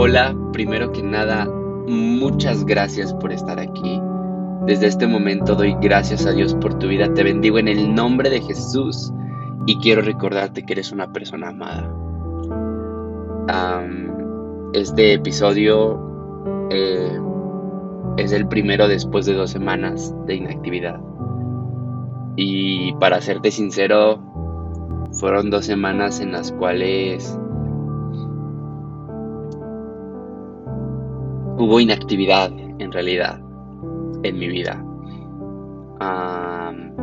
Hola, primero que nada, muchas gracias por estar aquí. Desde este momento doy gracias a Dios por tu vida. Te bendigo en el nombre de Jesús y quiero recordarte que eres una persona amada. Este episodio eh, es el primero después de 2 semanas de inactividad. Y para serte sincero, fueron 2 semanas en las cuales hubo inactividad en realidad en mi vida. Am,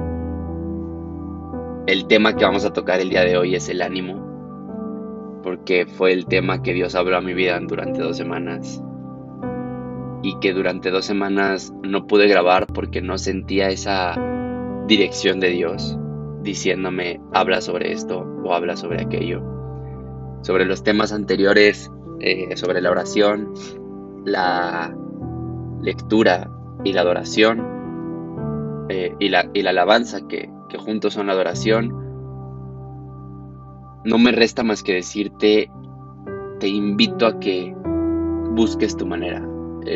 el tema que vamos a tocar el día de hoy es el ánimo, porque fue el tema que Dios habló a mi vida durante 2 semanas y que durante 2 semanas no pude grabar porque no sentía esa dirección de Dios diciéndome habla sobre esto o habla sobre aquello. Sobre los temas anteriores, sobre la oración, la lectura y la adoración, y la alabanza que juntos son la adoración, no me resta más que decirte, te invito a que busques tu manera.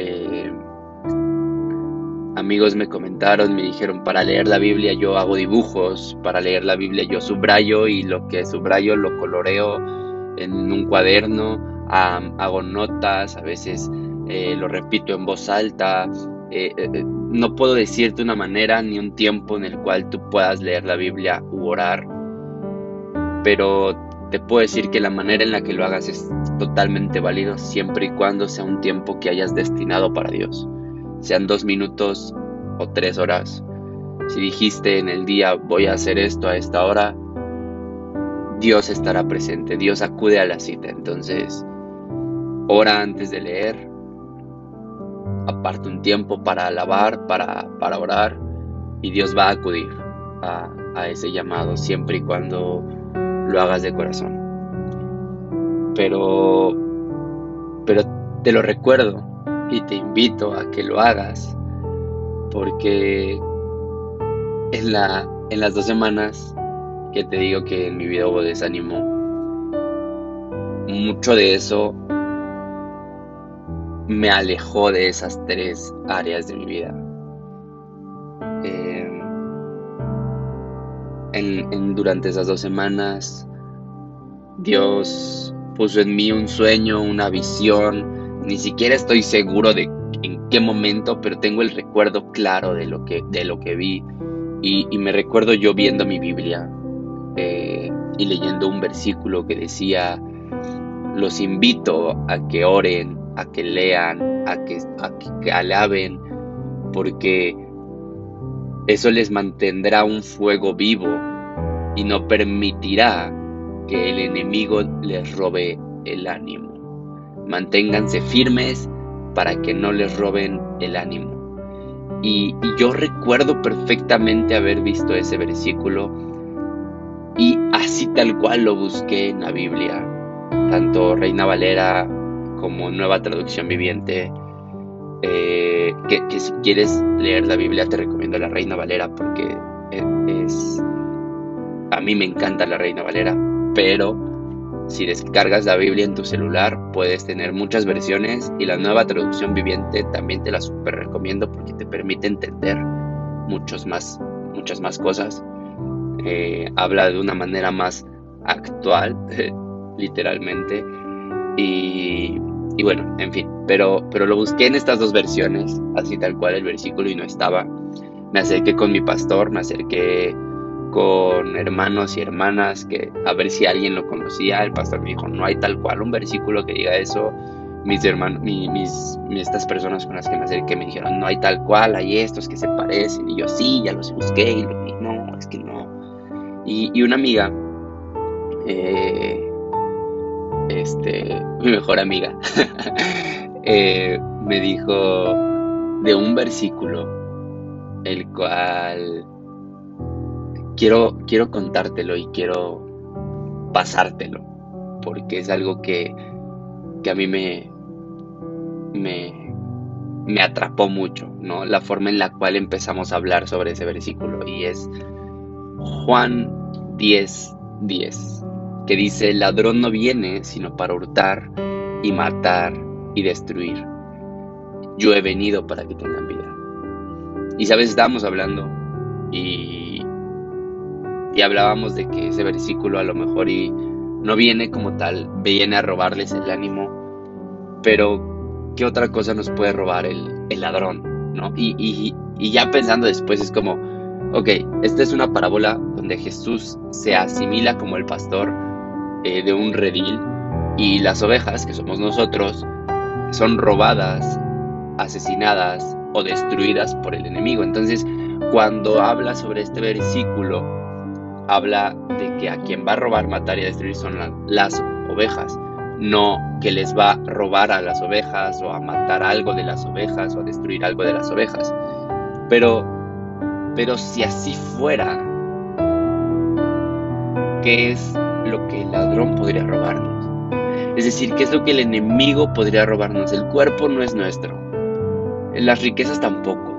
Amigos me comentaron, me dijeron, para leer la Biblia yo hago dibujos, para leer la Biblia yo subrayo y lo que subrayo lo coloreo en un cuaderno, hago notas, a veces lo repito en voz alta. No puedo decirte una manera ni un tiempo en el cual tú puedas leer la Biblia u orar, pero te puedo decir que la manera en la que lo hagas es totalmente válido siempre y cuando sea un tiempo que hayas destinado para Dios. Sean 2 minutos o 3 horas. Si dijiste en el día voy a hacer esto a esta hora, Dios estará presente, Dios acude a la cita. Entonces, ora antes de leer, aparte un tiempo para alabar, para orar, y Dios va a acudir a ese llamado siempre y cuando lo hagas de corazón. Pero te lo recuerdo y te invito a que lo hagas porque en las 2 semanas que te digo que en mi vida hubo desánimo, mucho de eso me alejó de esas 3 áreas de mi vida. Durante esas 2 semanas, Dios puso en mí un sueño, una visión. Ni siquiera estoy seguro de en qué momento, pero tengo el recuerdo claro de lo que vi. Y me recuerdo yo viendo mi Biblia y leyendo un versículo que decía: los invito a que oren, a que lean, a que alaben, porque eso les mantendrá un fuego vivo y no permitirá que el enemigo les robe el ánimo. Manténganse firmes para que no les roben el ánimo. Y yo recuerdo perfectamente haber visto ese versículo y así tal cual lo busqué en la Biblia, tanto Reina Valera como Nueva Traducción Viviente. Que si quieres leer la Biblia te recomiendo la Reina Valera porque a mí me encanta la Reina Valera, pero si descargas la Biblia en tu celular puedes tener muchas versiones y la Nueva Traducción Viviente también te la super recomiendo porque te permite entender muchas más cosas. Habla de una manera más actual, literalmente, y bueno, en fin, pero lo busqué en estas 2 versiones, así tal cual el versículo, y no estaba. Me acerqué con mi pastor, me acerqué con hermanos y hermanas que a ver si alguien lo conocía. El pastor me dijo, no hay tal cual un versículo que diga eso. Mis hermanos, estas personas con las que me acerqué me dijeron, no hay tal cual, hay estos que se parecen. Y yo, sí, ya los busqué, y no, es que no. Y una amiga, mi mejor amiga, me dijo de un versículo, el cual quiero contártelo y quiero pasártelo, porque es algo que a mí me atrapó mucho, ¿no? La forma en la cual empezamos a hablar sobre ese versículo, y es Juan 10:10, que dice: el ladrón no viene sino para hurtar y matar y destruir. Yo he venido para que tengan vida. Y sabes, estábamos hablando y hablábamos de que ese versículo a lo mejor y no viene como tal, viene a robarles el ánimo, pero ¿qué otra cosa nos puede robar el ladrón, ¿no? Y ya pensando después es como, ok, esta es una parábola donde Jesús se asimila como el pastor de un redil, y las ovejas, que somos nosotros, son robadas, asesinadas o destruidas por el enemigo. Entonces, cuando habla sobre este versículo, habla de que a quien va a robar, matar y destruir son las ovejas, no que les va a robar a las ovejas o a matar algo de las ovejas o a destruir algo de las ovejas. Pero si así fuera, ¿qué es lo que el ladrón podría robarnos? Es decir, ¿qué es lo que el enemigo podría robarnos? El cuerpo no es nuestro, las riquezas tampoco.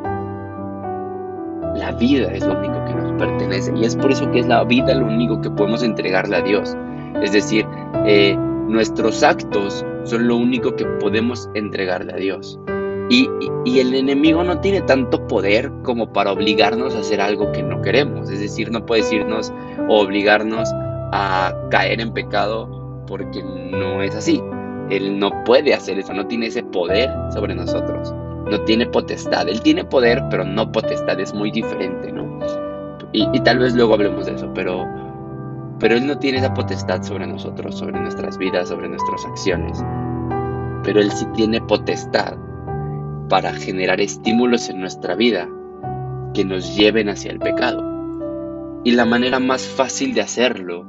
La vida es lo único que nos pertenece, y es por eso que es la vida lo único que podemos entregarle a Dios. Es decir, nuestros actos son lo único que podemos entregarle a Dios. Y el enemigo no tiene tanto poder como para obligarnos a hacer algo que no queremos. Es decir, no puede decirnos o obligarnos a caer en pecado porque no es así. Él no puede hacer eso, no tiene ese poder sobre nosotros. No tiene potestad. Él tiene poder, pero no potestad. Es muy diferente, ¿no? Y tal vez luego hablemos de eso, pero Él no tiene esa potestad sobre nosotros, sobre nuestras vidas, sobre nuestras acciones. Pero Él sí tiene potestad para generar estímulos en nuestra vida que nos lleven hacia el pecado. Y la manera más fácil de hacerlo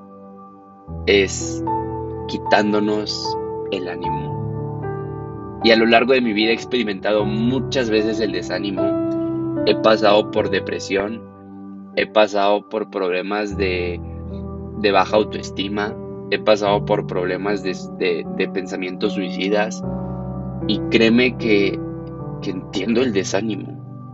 es quitándonos el ánimo. Y a lo largo de mi vida he experimentado muchas veces el desánimo. He pasado por depresión, he pasado por problemas de baja autoestima, he pasado por problemas de pensamientos suicidas, y créeme que entiendo el desánimo.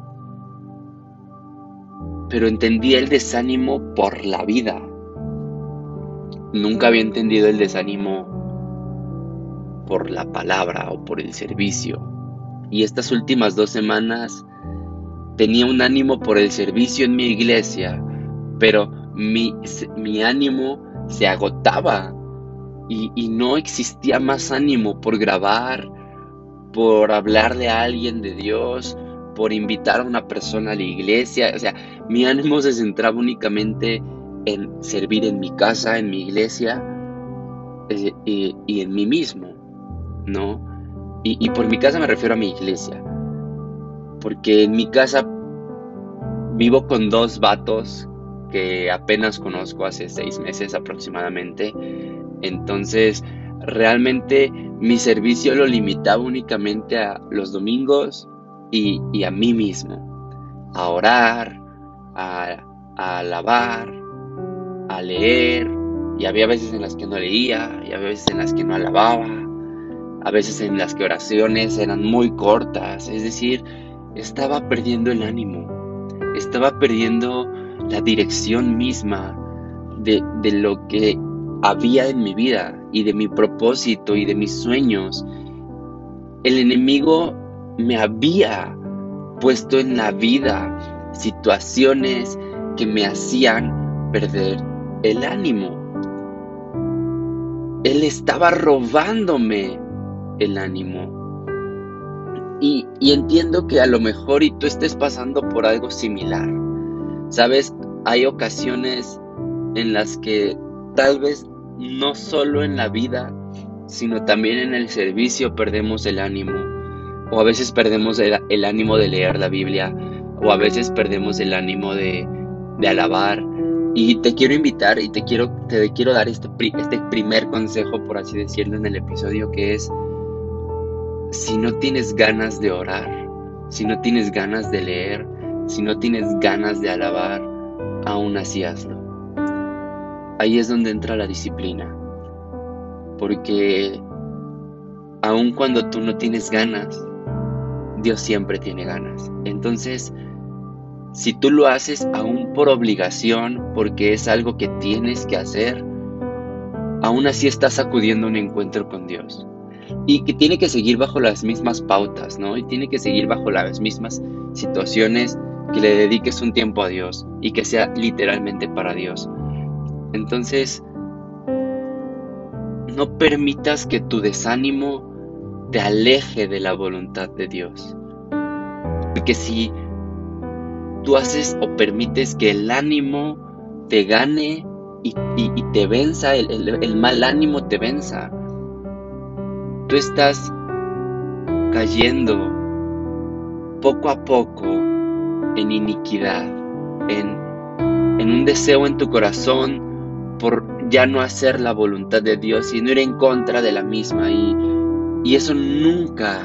Pero entendí el desánimo por la vida. Nunca había entendido el desánimo por la palabra o por el servicio. Y estas últimas 2 semanas tenía un ánimo por el servicio en mi iglesia, pero mi ánimo se agotaba y no existía más ánimo por grabar, por hablarle a alguien de Dios, por invitar a una persona a la iglesia. O sea, mi ánimo se centraba únicamente en servir en mi casa, en mi iglesia, y en mí mismo, ¿no? Y por mi casa me refiero a mi iglesia, porque en mi casa vivo con 2 vatos que apenas conozco hace 6 meses aproximadamente. Entonces, realmente mi servicio lo limitaba únicamente a los domingos y a mí mismo, a orar, a alabar, a leer. Y había veces en las que no leía, y había veces en las que no alababa, a veces en las que oraciones eran muy cortas. Es decir, estaba perdiendo el ánimo, estaba perdiendo la dirección misma de lo que había en mi vida y de mi propósito y de mis sueños. El enemigo me había puesto en la vida situaciones que me hacían perder el ánimo. Él estaba robándome el ánimo. Y entiendo que a lo mejor y tú estés pasando por algo similar. ¿Sabes? Hay ocasiones en las que tal vez no solo en la vida, sino también en el servicio perdemos el ánimo. O a veces perdemos el ánimo de leer la Biblia, o a veces perdemos el ánimo de alabar. Y te quiero invitar y te quiero dar este primer consejo, por así decirlo, en el episodio, que es: si no tienes ganas de orar, si no tienes ganas de leer, si no tienes ganas de alabar, aún así hazlo. Ahí es donde entra la disciplina, porque aun cuando tú no tienes ganas, Dios siempre tiene ganas. Entonces, si tú lo haces aún por obligación, porque es algo que tienes que hacer, aún así estás acudiendo a un encuentro con Dios. y que tiene que seguir bajo las mismas pautas, ¿no? Y tiene que seguir bajo las mismas situaciones, que le dediques un tiempo a Dios y que sea literalmente para Dios. Entonces, no permitas que tu desánimo te aleje de la voluntad de Dios. Porque si tú haces o permites que el ánimo te gane y te venza, el mal ánimo te venza, tú estás cayendo poco a poco en iniquidad, en un deseo en tu corazón por ya no hacer la voluntad de Dios y no ir en contra de la misma, y eso nunca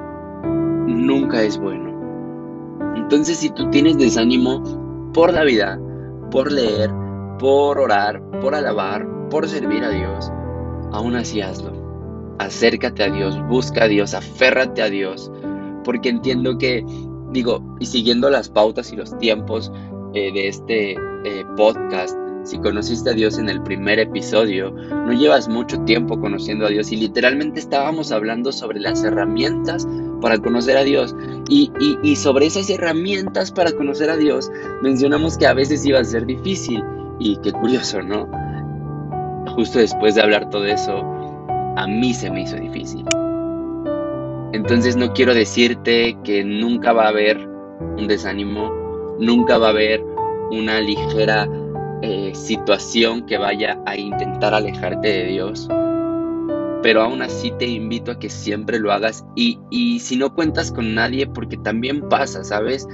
es bueno. Entonces, si tú tienes desánimo por la vida, por leer, por orar, por alabar, por servir a Dios, aún así hazlo. Acércate a Dios, busca a Dios, aférrate a Dios, porque entiendo que, y siguiendo las pautas y los tiempos de este podcast, si conociste a Dios en el primer episodio, no llevas mucho tiempo conociendo a Dios, y literalmente estábamos hablando sobre las herramientas para conocer a Dios, y sobre esas herramientas para conocer a Dios mencionamos que a veces iba a ser difícil, y qué curioso, ¿no? Justo después de hablar todo eso, a mí se me hizo difícil. Entonces no quiero decirte que nunca va a haber un desánimo, nunca va a haber una ligera situación que vaya a intentar alejarte de Dios, pero aún así te invito a que siempre lo hagas, y si no cuentas con nadie, porque también pasa, ¿sabes?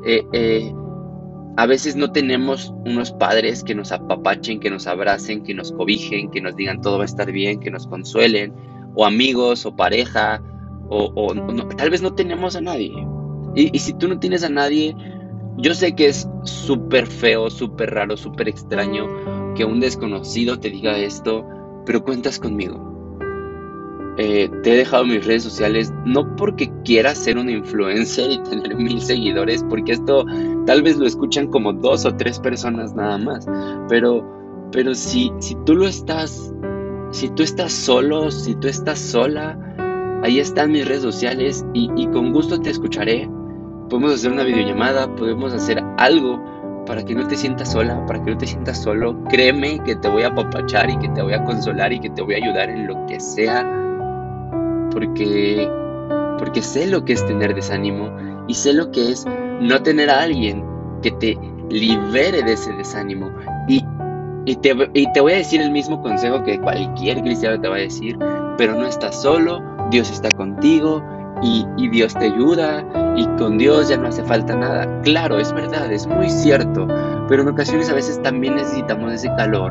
A veces no tenemos unos padres que nos apapachen, que nos abracen, que nos cobijen, que nos digan todo va a estar bien, que nos consuelen, o amigos, o pareja, o no, tal vez no tenemos a nadie. Y si tú no tienes a nadie, yo sé que es súper feo, súper raro, súper extraño que un desconocido te diga esto, pero cuentas conmigo. Te he dejado mis redes sociales, no porque quieras ser un influencer y tener 1000 seguidores, porque esto tal vez lo escuchan como 2 o 3 personas nada más, pero si tú estás solo, si tú estás sola, ahí están mis redes sociales, y con gusto te escucharé. Podemos hacer una videollamada, podemos hacer algo para que no te sientas sola, para que no te sientas solo. Créeme que te voy a apapachar y que te voy a consolar y que te voy a ayudar en lo que sea, porque sé lo que es tener desánimo y sé lo que es no tener a alguien que te libere de ese desánimo. Y te voy a decir el mismo consejo que cualquier cristiano te va a decir, pero no estás solo, Dios está contigo, y Dios te ayuda, y con Dios ya no hace falta nada. Claro, es verdad, es muy cierto, pero en ocasiones a veces también necesitamos ese calor,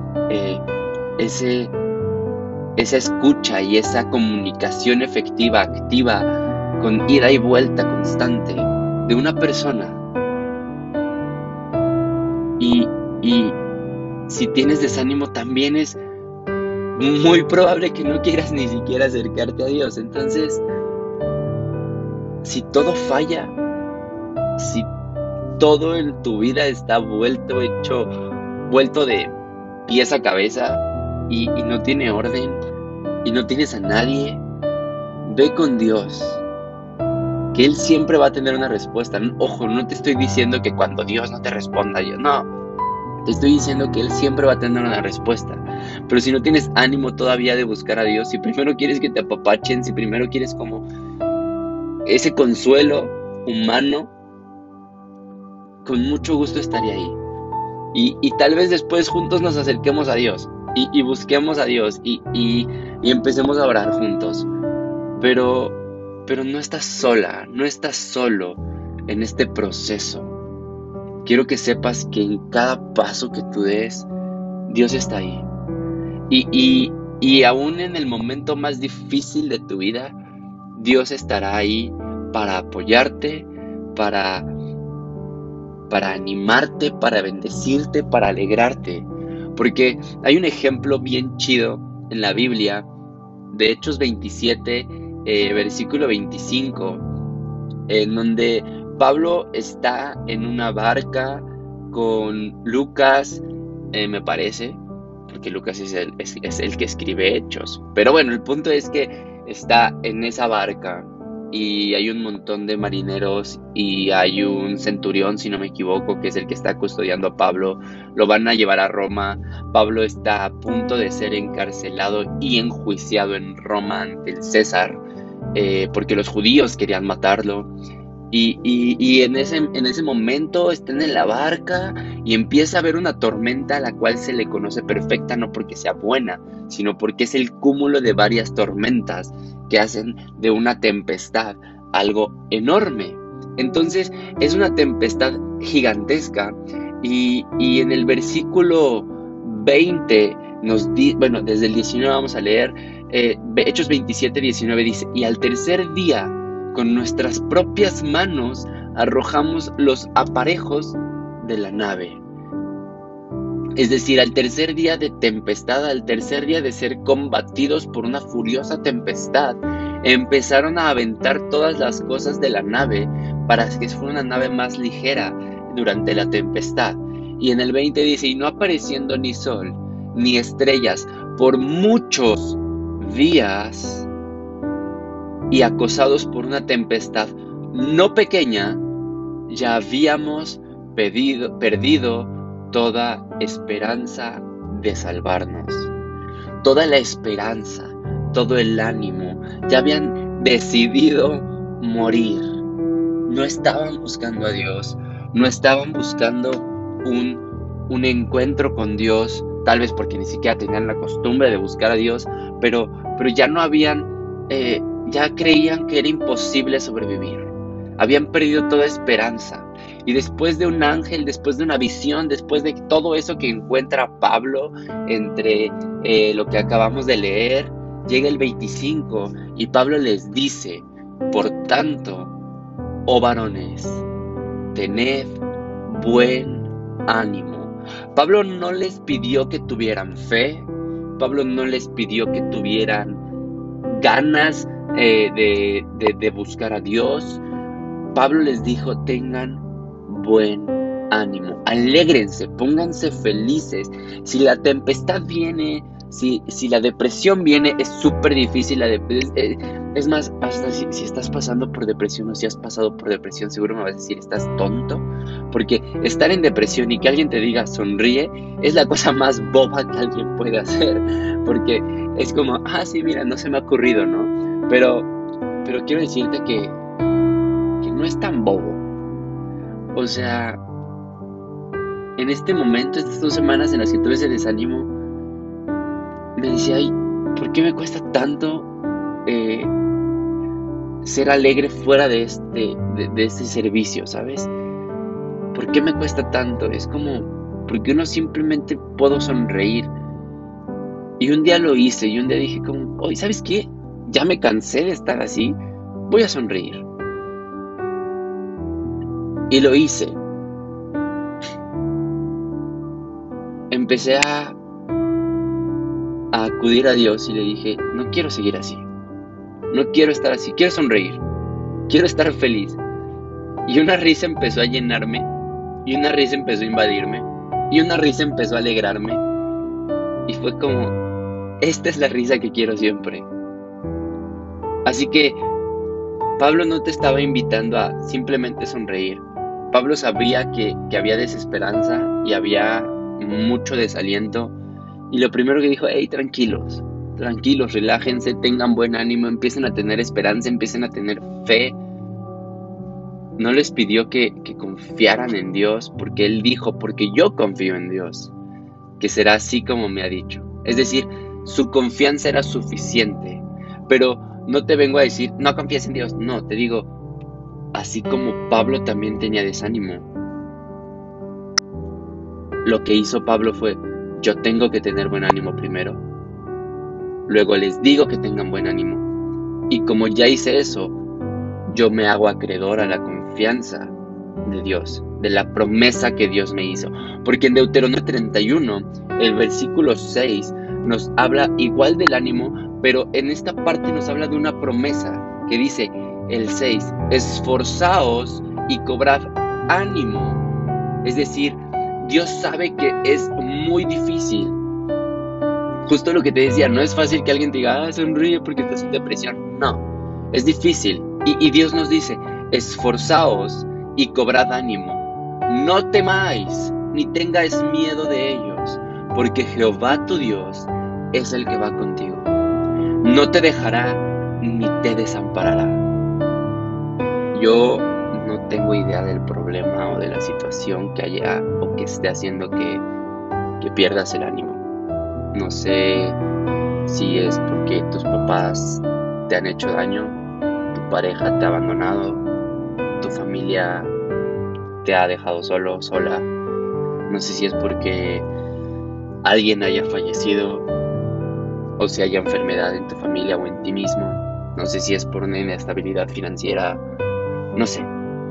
esa escucha y esa comunicación efectiva, activa, con ida y vuelta constante de una persona. Y si tienes desánimo, también es muy probable que no quieras ni siquiera acercarte a Dios. Entonces, si todo falla, si todo en tu vida está vuelto de pies a cabeza, y no tiene orden, y no tienes a nadie, ve con Dios, que Él siempre va a tener una respuesta. Ojo, no te estoy diciendo que cuando Dios no te responda, no, te estoy diciendo que Él siempre va a tener una respuesta. Pero si no tienes ánimo todavía de buscar a Dios, si primero quieres que te apapachen, si primero quieres como ese consuelo humano, con mucho gusto estaré ahí. Y tal vez después juntos nos acerquemos a Dios y busquemos a Dios y empecemos a orar juntos. Pero no estás sola, no estás solo en este proceso. Quiero que sepas que en cada paso que tú des, Dios está ahí. Y aún en el momento más difícil de tu vida, Dios estará ahí para apoyarte, para animarte, para bendecirte, para alegrarte. Porque hay un ejemplo bien chido en la Biblia, de Hechos 27, versículo 25, en donde Pablo está en una barca con Lucas, me parece, porque Lucas es el que escribe Hechos. Pero bueno, el punto es que está en esa barca y hay un montón de marineros y hay un centurión, si no me equivoco, que es el que está custodiando a Pablo. Lo van a llevar a Roma. Pablo está a punto de ser encarcelado y enjuiciado en Roma ante el César, porque los judíos querían matarlo. Y en ese momento están en la barca y empieza a haber una tormenta a la cual se le conoce perfecta, no porque sea buena, sino porque es el cúmulo de varias tormentas que hacen de una tempestad algo enorme. Entonces es una tempestad gigantesca y en el versículo 20 bueno, desde el 19 vamos a leer, Hechos 27, 19 dice: y al tercer día, con nuestras propias manos arrojamos los aparejos de la nave. Es decir, al tercer día de tempestad, al tercer día de ser combatidos por una furiosa tempestad, empezaron a aventar todas las cosas de la nave para que fuera una nave más ligera durante la tempestad. Y en el 20 dice: y no apareciendo ni sol ni estrellas por muchos días, y acosados por una tempestad no pequeña, ya habíamos perdido toda esperanza de salvarnos. Toda la esperanza, todo el ánimo, ya habían decidido morir. No estaban buscando a Dios, no estaban buscando un encuentro con Dios, tal vez porque ni siquiera tenían la costumbre de buscar a Dios, pero ya no habían... ya creían que era imposible sobrevivir. Habían perdido toda esperanza. Y después de un ángel, después de una visión, después de todo eso que encuentra Pablo entre lo que acabamos de leer, llega el 25 y Pablo les dice: por tanto, oh varones, tened buen ánimo. Pablo no les pidió que tuvieran fe. Pablo no les pidió que tuvieran ganas de buscar a Dios. Pablo les dijo: tengan buen ánimo, alégrense, pónganse felices. Si la tempestad viene, si la depresión viene, es súper difícil. Es más, hasta si estás pasando por depresión o si has pasado por depresión, seguro me vas a decir: estás tonto, porque estar en depresión y que alguien te diga sonríe es la cosa más boba que alguien puede hacer, porque es como: sí, mira, no se me ha ocurrido, ¿no? Pero quiero decirte que no es tan bobo. O sea, en este momento, estas 2 semanas en las que tuve ese desánimo, me decía: ay, ¿por qué me cuesta tanto ser alegre fuera de este servicio, ¿sabes? ¿Por qué me cuesta tanto? Es como, porque uno simplemente puedo sonreír. Y un día lo hice, y un día dije como: oye, ¿sabes qué? Ya me cansé de estar así, voy a sonreír. Y lo hice. Empecé a acudir a Dios y le dije: no quiero seguir así, no quiero estar así, quiero sonreír, quiero estar feliz. Y una risa empezó a llenarme, y una risa empezó a invadirme, y una risa empezó a alegrarme. Y fue como: esta es la risa que quiero siempre. Así que Pablo no te estaba invitando a simplemente sonreír. Pablo sabía que había desesperanza y había mucho desaliento. Y lo primero que dijo: hey, tranquilos, relájense, tengan buen ánimo, empiecen a tener esperanza, empiecen a tener fe. No les pidió que confiaran en Dios, porque Él dijo: porque yo confío en Dios, que será así como me ha dicho. Es decir, su confianza era suficiente. Pero no te vengo a decir: no confíes en Dios. No, te digo, así como Pablo también tenía desánimo, lo que hizo Pablo fue: yo tengo que tener buen ánimo primero. Luego les digo que tengan buen ánimo. Y como ya hice eso, yo me hago acreedor a la confianza de Dios, de la promesa que Dios me hizo. Porque en Deuteronomio 31, el versículo 6, nos habla igual del ánimo, pero en esta parte nos habla de una promesa que dice, el 6, esforzaos y cobrad ánimo. Es decir, Dios sabe que es muy difícil Justo lo que te decía, no es fácil que alguien te diga, sonríe porque estás en depresión. No, es difícil. Y Dios nos dice, esforzaos y cobrad ánimo. No temáis, ni tengáis miedo de ellos, porque Jehová tu Dios es el que va contigo. No te dejará ni te desamparará. Yo no tengo idea del problema o de la situación que haya o que esté haciendo que pierdas el ánimo. No sé si es porque tus papás te han hecho daño, tu pareja te ha abandonado, tu familia te ha dejado solo, sola. No sé si es porque alguien haya fallecido o si haya enfermedad en tu familia o en ti mismo. No sé si es por una inestabilidad financiera. No sé.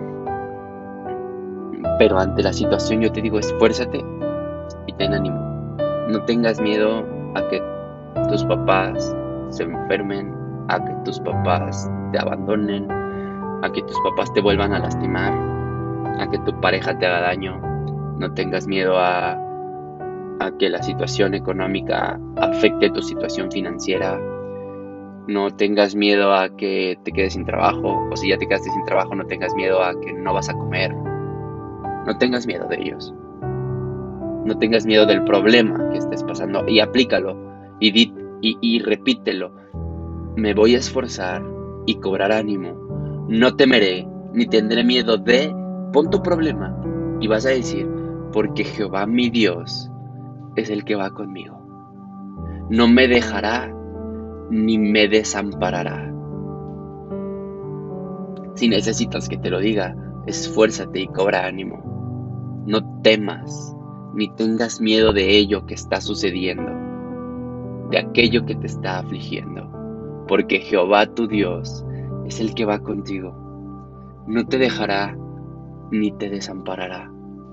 Pero ante la situación yo te digo, esfuérzate y ten ánimo. No tengas miedo a que tus papás se enfermen, a que tus papás te abandonen, a que tus papás te vuelvan a lastimar, a que tu pareja te haga daño. No tengas miedo a que la situación económica afecte tu situación financiera. No tengas miedo a que te quedes sin trabajo, o si ya te quedaste sin trabajo, no tengas miedo a que no vas a comer. No tengas miedo de ellos. No tengas miedo del problema que estés pasando y aplícalo y repítelo. Me voy a esforzar y cobrar ánimo. No temeré ni tendré miedo de... Pon tu problema y vas a decir, porque Jehová mi Dios es el que va conmigo. No me dejará ni me desamparará. Si necesitas que te lo diga, esfuérzate y cobra ánimo. No temas ni tengas miedo de ello que está sucediendo, de aquello que te está afligiendo, porque Jehová tu Dios es el que va contigo. No te dejará ni te desamparará.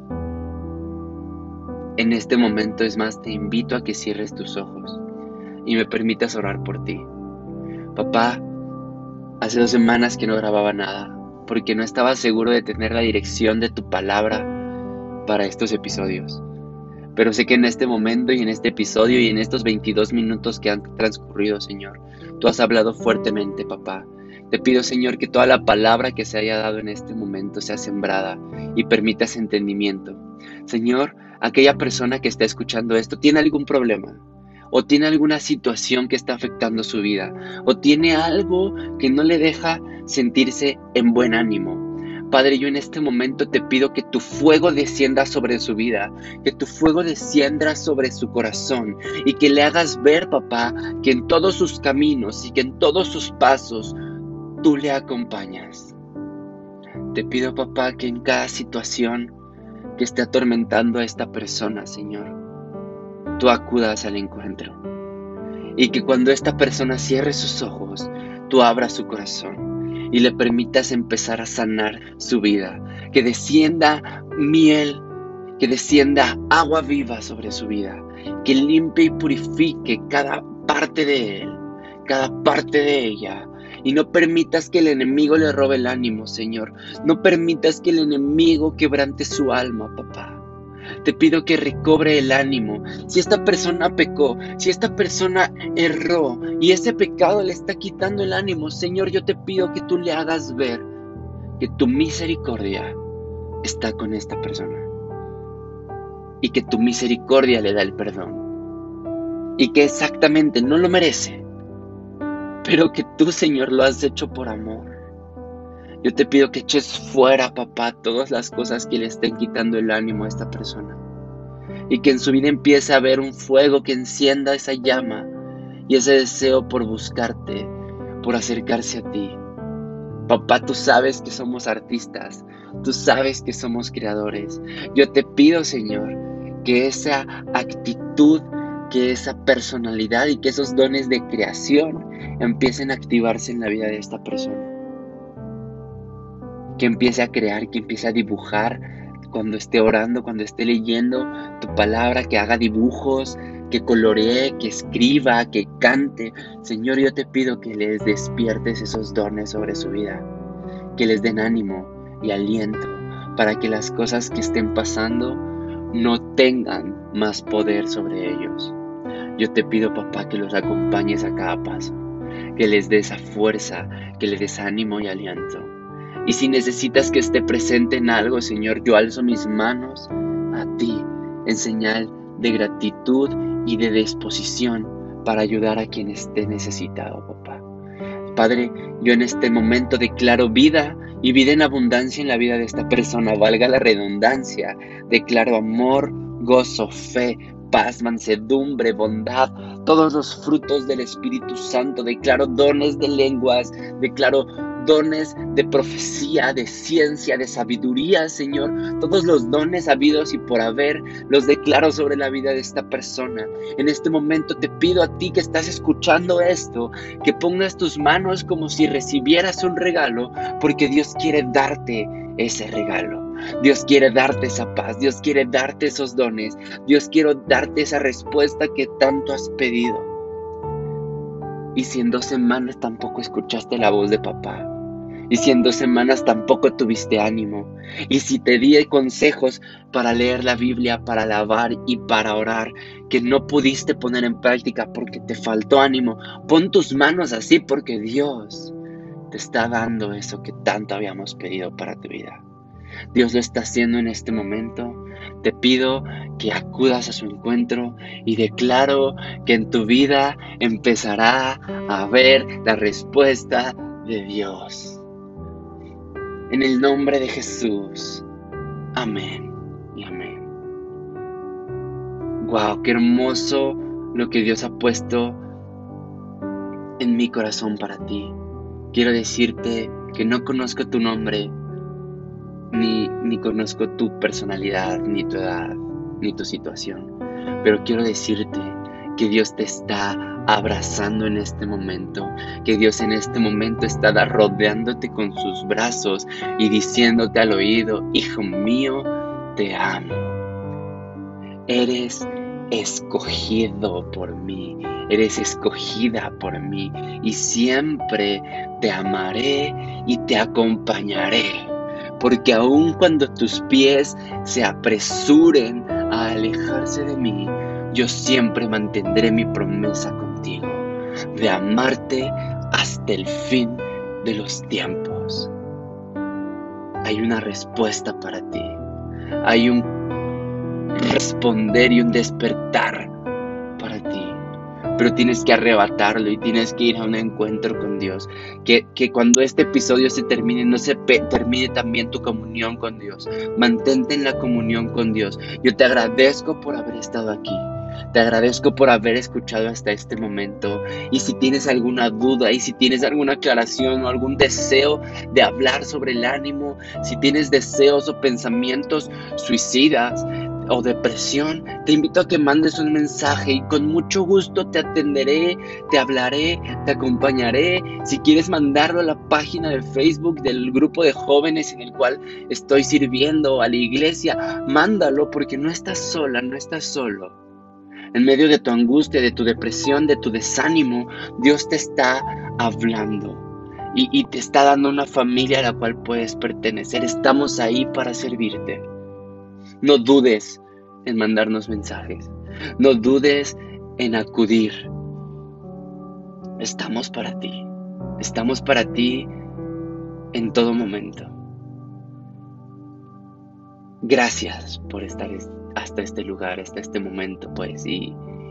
En este momento, es más, te invito a que cierres tus ojos y me permitas orar por ti. Papá, hace 2 semanas que no grababa nada, porque no estaba seguro de tener la dirección de tu palabra para estos episodios. Pero sé que en este momento y en este episodio y en estos 22 minutos que han transcurrido, Señor, tú has hablado fuertemente, papá. Te pido, Señor, que toda la palabra que se haya dado en este momento sea sembrada y permitas entendimiento. Señor, aquella persona que está escuchando esto tiene algún problema, o tiene alguna situación que está afectando su vida, o tiene algo que no le deja sentirse en buen ánimo. Padre, yo en este momento te pido que tu fuego descienda sobre su vida, que tu fuego descienda sobre su corazón y que le hagas ver, papá, que en todos sus caminos y que en todos sus pasos tú le acompañas. Te pido, papá, que en cada situación que esté atormentando a esta persona, Señor, tú acudas al encuentro y que cuando esta persona cierre sus ojos, tú abras su corazón y le permitas empezar a sanar su vida, que descienda miel, que descienda agua viva sobre su vida, que limpie y purifique cada parte de él, cada parte de ella. Y no permitas que el enemigo le robe el ánimo, Señor. No permitas que el enemigo quebrante su alma, papá. Te pido que recobre el ánimo. Si esta persona pecó, si esta persona erró y ese pecado le está quitando el ánimo, Señor, yo te pido que tú le hagas ver que tu misericordia está con esta persona y que tu misericordia le da el perdón y que exactamente no lo merece, pero que tú, Señor, lo has hecho por amor. Yo te pido que eches fuera, papá, todas las cosas que le estén quitando el ánimo a esta persona. Y que en su vida empiece a haber un fuego que encienda esa llama y ese deseo por buscarte, por acercarse a ti. Papá, tú sabes que somos artistas, tú sabes que somos creadores. Yo te pido, Señor, que esa actitud, que esa personalidad y que esos dones de creación empiecen a activarse en la vida de esta persona. Que empiece a crear, que empiece a dibujar cuando esté orando, cuando esté leyendo tu palabra, que haga dibujos, que coloree, que escriba, que cante. Señor, yo te pido que les despiertes esos dones sobre su vida, que les den ánimo y aliento para que las cosas que estén pasando no tengan más poder sobre ellos. Yo te pido, papá, que los acompañes a cada paso, que les des esa fuerza, que les des ánimo y aliento. Y si necesitas que esté presente en algo, Señor, yo alzo mis manos a ti en señal de gratitud y de disposición para ayudar a quien esté necesitado, papá. Padre, yo en este momento declaro vida y vida en abundancia en la vida de esta persona, valga la redundancia. Declaro amor, gozo, fe, paz, mansedumbre, bondad, todos los frutos del Espíritu Santo. Declaro dones de lenguas, declaro dones de profecía, de ciencia, de sabiduría, Señor. Todos los dones habidos y por haber los declaro sobre la vida de esta persona. En este momento te pido a ti que estás escuchando esto, que pongas tus manos como si recibieras un regalo, porque Dios quiere darte ese regalo. Dios quiere darte esa paz, Dios quiere darte esos dones, Dios quiere darte esa respuesta que tanto has pedido. Y si en 2 semanas tampoco escuchaste la voz de papá, y si en 2 semanas tampoco tuviste ánimo, y si te di consejos para leer la Biblia, para alabar y para orar, que no pudiste poner en práctica porque te faltó ánimo, pon tus manos así porque Dios te está dando eso que tanto habíamos pedido para tu vida. Dios lo está haciendo en este momento. Te pido que acudas a su encuentro y declaro que en tu vida empezará a ver la respuesta de Dios. En el nombre de Jesús. Amén y amén. Wow, qué hermoso lo que Dios ha puesto en mi corazón para ti. Quiero decirte que no conozco tu nombre, ni conozco tu personalidad, ni tu edad, ni tu situación. Pero quiero decirte que Dios te está abrazando en este momento, que Dios en este momento está rodeándote con sus brazos y diciéndote al oído: hijo mío, te amo. Eres escogido por mí, eres escogida por mí, y siempre te amaré y te acompañaré. Porque aun cuando tus pies se apresuren a alejarse de mí, yo siempre mantendré mi promesa contigo, de amarte hasta el fin de los tiempos. Hay una respuesta para ti. Hay un responder y un despertar para ti. Pero tienes que arrebatarlo y tienes que ir a un encuentro con Dios. Que cuando este episodio se termine, no se termine también tu comunión con Dios. Mantente en la comunión con Dios. Yo te agradezco por haber estado aquí. Te agradezco por haber escuchado hasta este momento. Y si tienes alguna duda, y si tienes alguna aclaración o algún deseo de hablar sobre el ánimo, si tienes deseos o pensamientos suicidas o depresión, te invito a que mandes un mensaje y con mucho gusto te atenderé, te hablaré, te acompañaré. Si quieres mandarlo a la página de Facebook del grupo de jóvenes en el cual estoy sirviendo, a la iglesia, mándalo, porque no estás sola, no estás solo. En medio de tu angustia, de tu depresión, de tu desánimo, Dios te está hablando y te está dando una familia a la cual puedes pertenecer. Estamos ahí para servirte. No dudes en mandarnos mensajes. No dudes en acudir. Estamos para ti. Estamos para ti en todo momento. Gracias por estar hasta este lugar, hasta este momento, pues. Y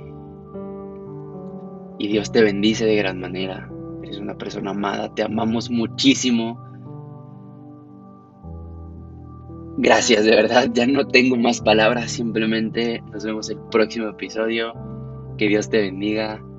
Dios te bendice de gran manera. Eres una persona amada. Te amamos muchísimo. Gracias, de verdad, ya no tengo más palabras, simplemente nos vemos el próximo episodio. Que Dios te bendiga.